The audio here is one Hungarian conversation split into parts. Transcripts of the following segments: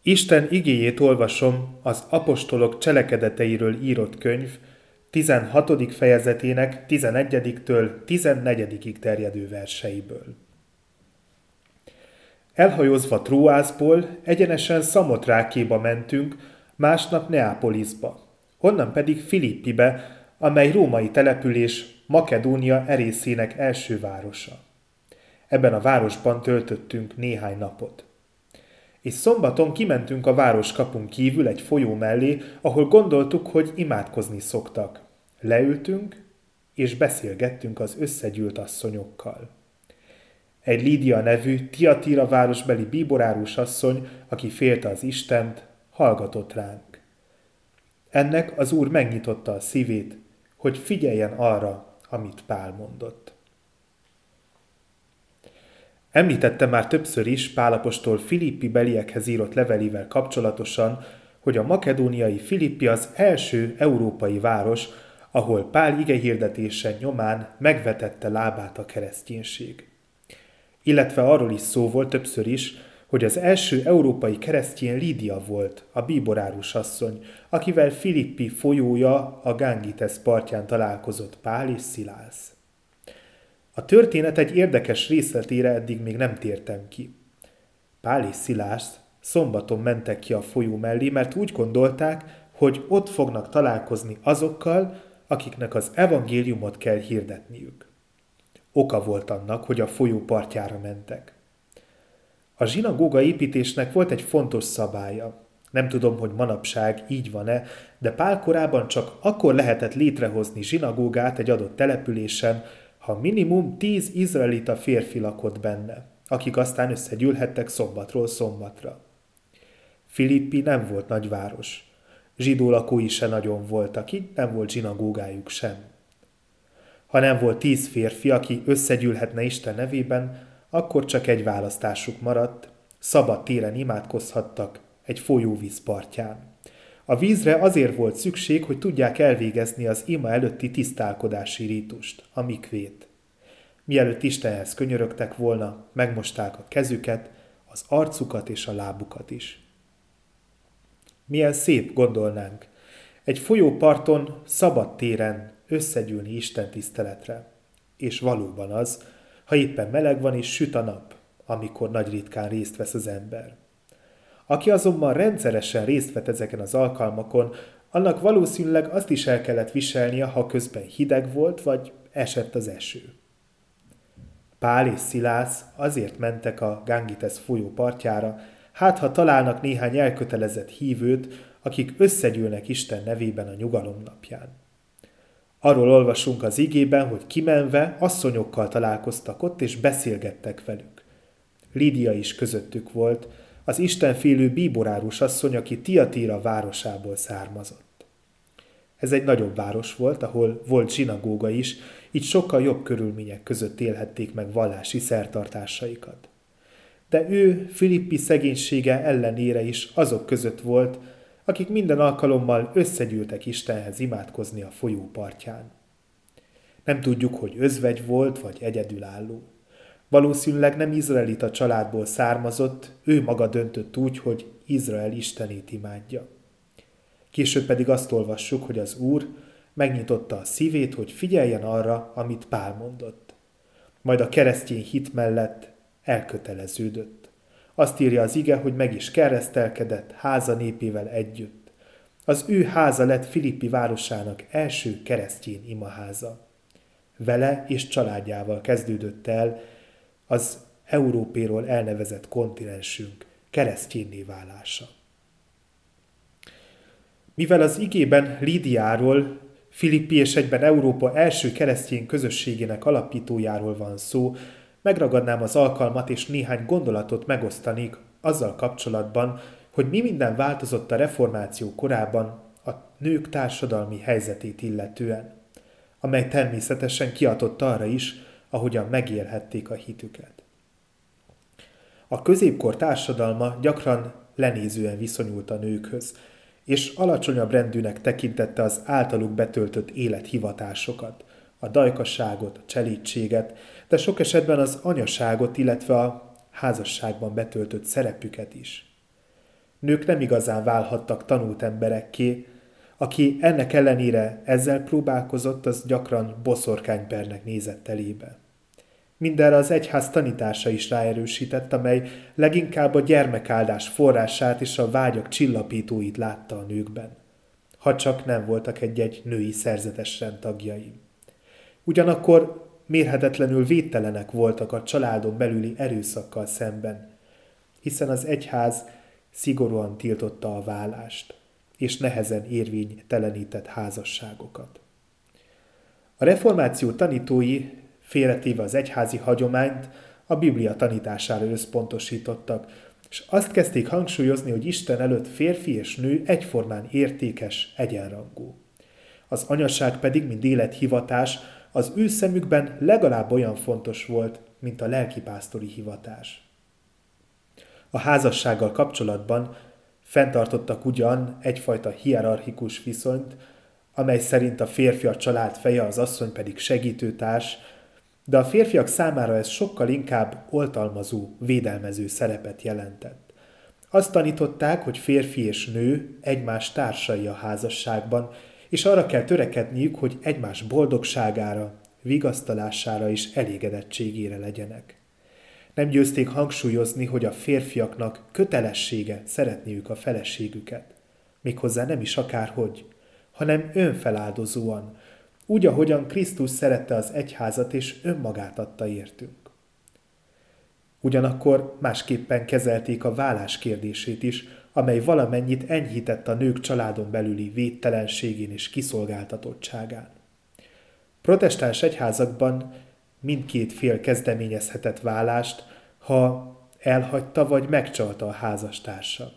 Isten igéjét olvasom az apostolok cselekedeteiről írott könyv 16. fejezetének 11-től 14. terjedő verseiből. Elhajózva Tróászból egyenesen Szamotrákéba mentünk, másnap Neápoliszba, onnan pedig Filippibe, amely római település Makedónia erészének első városa. Ebben a városban töltöttünk néhány napot. És szombaton kimentünk a városkapun kívül egy folyó mellé, ahol gondoltuk, hogy imádkozni szoktak. Leültünk, és beszélgettünk az összegyűlt asszonyokkal. Egy Lídia nevű Tiatira városbeli bíborárus asszony, aki félte az Istent, hallgatott ránk. Ennek az Úr megnyitotta a szívét, hogy figyeljen arra, amit Pál mondott. Említette már többször is Pál apostol Filippi beliekhez írott levelével kapcsolatosan, hogy a makedóniai Filippi az első európai város, ahol Pál igehirdetése nyomán megvetette lábát a kereszténység. Illetve arról is szó volt többször is, hogy az első európai keresztény Lídia volt, a bíborárus asszony, akivel Filippi folyója a Gangites partján találkozott Pál és Szilász. A történet egy érdekes részletére eddig még nem tértem ki. Pál és Szilász szombaton mentek ki a folyó mellé, mert úgy gondolták, hogy ott fognak találkozni azokkal, akiknek az evangéliumot kell hirdetniük. Oka volt annak, hogy a folyó partjára mentek. A zsinagóga építésnek volt egy fontos szabálya. Nem tudom, hogy manapság így van-e, de Pál korában csak akkor lehetett létrehozni zsinagógát egy adott településen, ha minimum 10 izraelita férfi lakott benne, akik aztán összegyűlhettek szombatról szombatra. Filippi nem volt nagyváros. Zsidó lakói se nagyon voltak, így nem volt zsinagógájuk sem. Ha nem volt 10 férfi, aki összegyűlhetne Isten nevében, akkor csak egy választásuk maradt, szabad téren imádkozhattak egy folyóvíz partján. A vízre azért volt szükség, hogy tudják elvégezni az ima előtti tisztálkodási rítust, a mikvét. Mielőtt Istenhez könyörögtek volna, megmosták a kezüket, az arcukat és a lábukat is. Milyen szép, gondolnánk, egy folyóparton, szabad téren összegyűlni Isten tiszteletre. És valóban az, ha éppen meleg van és süt a nap, amikor nagy ritkán részt vesz az ember. Aki azonban rendszeresen részt vett ezeken az alkalmakon, annak valószínűleg azt is el kellett viselnie, ha közben hideg volt, vagy esett az eső. Pál és Szilász azért mentek a Gangites folyó partjára, hát ha találnak néhány elkötelezett hívőt, akik összegyűlnek Isten nevében a nyugalom napján. Arról olvasunk az igében, hogy kimenve asszonyokkal találkoztak ott, és beszélgettek velük. Lídia is közöttük volt, az istenfélő bíborárus asszony, aki Tiatira városából származott. Ez egy nagyobb város volt, ahol volt zsinagóga is, így sokkal jobb körülmények között élhették meg vallási szertartásaikat. De ő Filippi szegénysége ellenére is azok között volt, akik minden alkalommal összegyűltek Istenhez imádkozni a folyó partján. Nem tudjuk, hogy özvegy volt vagy egyedülálló. Valószínűleg nem izraelita családból származott, ő maga döntött úgy, hogy Izrael Istenét imádja. Később pedig azt olvassuk, hogy az Úr megnyitotta a szívét, hogy figyeljen arra, amit Pál mondott. Majd a keresztény hit mellett elköteleződött. Azt írja az ige, hogy meg is keresztelkedett háza népével együtt. Az ő háza lett Filippi városának első keresztény imaháza. Vele és családjával kezdődött el az Európéról elnevezett kontinensünk keresztjénné válása. Mivel az igében Lídiáról, Filippi és egyben Európa első keresztény közösségének alapítójáról van szó, megragadnám az alkalmat és néhány gondolatot megosztanék azzal kapcsolatban, hogy mi minden változott a reformáció korában a nők társadalmi helyzetét illetően, amely természetesen kihatott arra is, ahogyan megélhették a hitüket. A középkor társadalma gyakran lenézően viszonyult a nőkhöz, és alacsonyabb rendűnek tekintette az általuk betöltött élethivatásokat, a dajkaságot, a cselédséget, de sok esetben az anyaságot, illetve a házasságban betöltött szerepüket is. nők nem igazán válhattak tanult emberekké, aki ennek ellenére ezzel próbálkozott, az gyakran boszorkánypernek nézett elébe. Mindenre az egyház tanítása is ráerősített, amely leginkább a gyermekáldás forrását és a vágyak csillapítóit látta a nőkben, ha csak nem voltak egy-egy női szerzetes rend tagjai. Ugyanakkor mérhetetlenül védtelenek voltak a családon belüli erőszakkal szemben, hiszen az egyház szigorúan tiltotta a vállást, és nehezen érvénytelenített házasságokat. A reformáció tanítói, félretéve az egyházi hagyományt, a Biblia tanítására összpontosítottak, és azt kezdték hangsúlyozni, hogy Isten előtt férfi és nő egyformán értékes, egyenrangú. Az anyaság pedig, mint élethivatás, az ő szemükben legalább olyan fontos volt, mint a lelkipásztori hivatás. A házassággal kapcsolatban fenntartottak ugyan egyfajta hierarchikus viszonyt, amely szerint a férfi a család feje, az asszony pedig segítőtárs, de a férfiak számára ez sokkal inkább oltalmazó, védelmező szerepet jelentett. Azt tanították, hogy férfi és nő egymás társai a házasságban, és arra kell törekedniük, hogy egymás boldogságára, vigasztalására és elégedettségére legyenek. Nem győzték hangsúlyozni, hogy a férfiaknak kötelessége szeretniük a feleségüket, méghozzá nem is akárhogy, hanem önfeláldozóan, úgy, ahogyan Krisztus szerette az egyházat és önmagát adta értünk. Ugyanakkor másképpen kezelték a vállás kérdését is, amely valamennyit enyhített a nők családon belüli védtelenségén és kiszolgáltatottságán. Protestáns egyházakban mindkét fél kezdeményezhetett vállást, ha elhagyta vagy megcsalta a házastársa.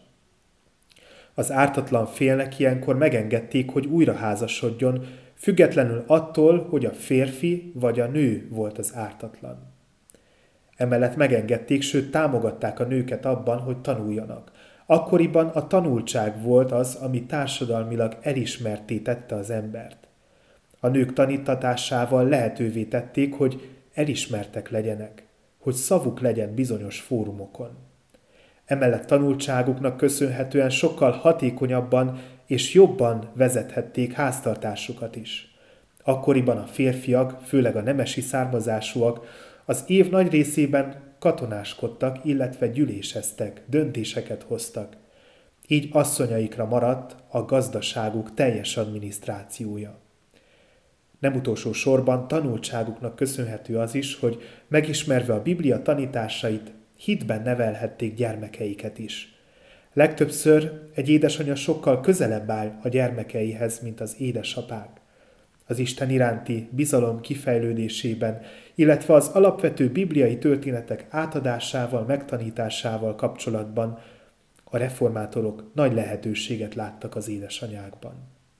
Az ártatlan félnek ilyenkor megengedték, hogy újra házasodjon, függetlenül attól, hogy a férfi vagy a nő volt az ártatlan. Emellett megengedték, sőt támogatták a nőket abban, hogy tanuljanak. Akkoriban a tanultság volt az, ami társadalmilag elismertté tette az embert. A nők tanítatásával lehetővé tették, hogy elismertek legyenek, hogy szavuk legyen bizonyos fórumokon. Emellett tanultságuknak köszönhetően sokkal hatékonyabban és jobban vezethették háztartásukat is. Akkoriban a férfiak, főleg a nemesi származásúak, az év nagy részében katonáskodtak, illetve gyűléseztek, döntéseket hoztak. Így asszonyaikra maradt a gazdaságuk teljes adminisztrációja. Nem utolsó sorban tanultságuknak köszönhető az is, hogy megismerve a Biblia tanításait, hitben nevelhették gyermekeiket is. Legtöbbször egy édesanyja sokkal közelebb áll a gyermekeihez, mint az édesapák. Az Isten iránti bizalom kifejlődésében, illetve az alapvető bibliai történetek átadásával, megtanításával kapcsolatban a reformátorok nagy lehetőséget láttak az édesanyákban.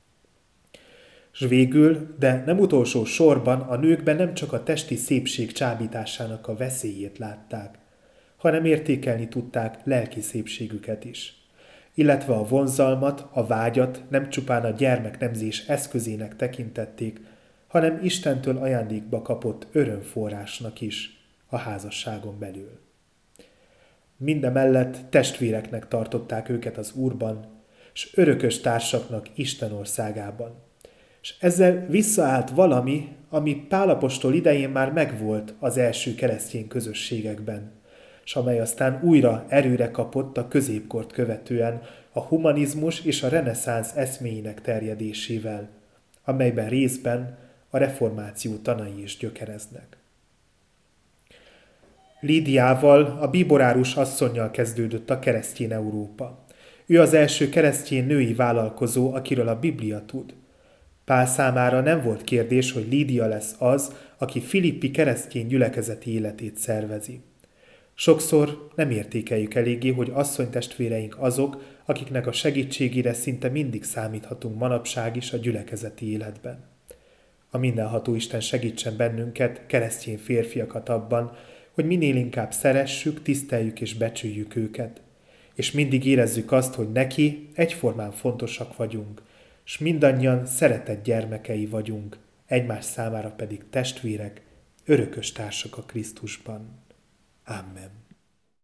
S végül, de nem utolsó sorban a nőkben nem csak a testi szépség csábításának a veszélyét látták, hanem értékelni tudták lelki szépségüket is, illetve a vonzalmat, a vágyat nem csupán a gyermeknemzés eszközének tekintették, hanem Istentől ajándékba kapott örömforrásnak is a házasságon belül. Mindemellett testvéreknek tartották őket az Úrban, s örökös társaknak Isten országában. És ezzel visszaállt valami, ami Pál apostol idején már megvolt az első keresztény közösségekben, s amely aztán újra erőre kapott a középkort követően a humanizmus és a reneszánsz eszméinek terjedésével, amelyben részben a reformáció tanai is gyökereznek. Lídiával, a bíborárus asszonnyal kezdődött a keresztény Európa. Ő az első keresztény női vállalkozó, akiről a Biblia tud. Pál számára nem volt kérdés, hogy Lídia lesz az, aki Filippi keresztény gyülekezeti életét szervezi. Sokszor nem értékeljük eléggé, hogy asszonytestvéreink azok, akiknek a segítségére szinte mindig számíthatunk manapság is a gyülekezeti életben. A mindenható Isten segítsen bennünket, keresztény férfiakat abban, hogy minél inkább szeressük, tiszteljük és becsüljük őket, és mindig érezzük azt, hogy neki egyformán fontosak vagyunk, s mindannyian szeretett gyermekei vagyunk, egymás számára pedig testvérek, örökös társak a Krisztusban. Amen.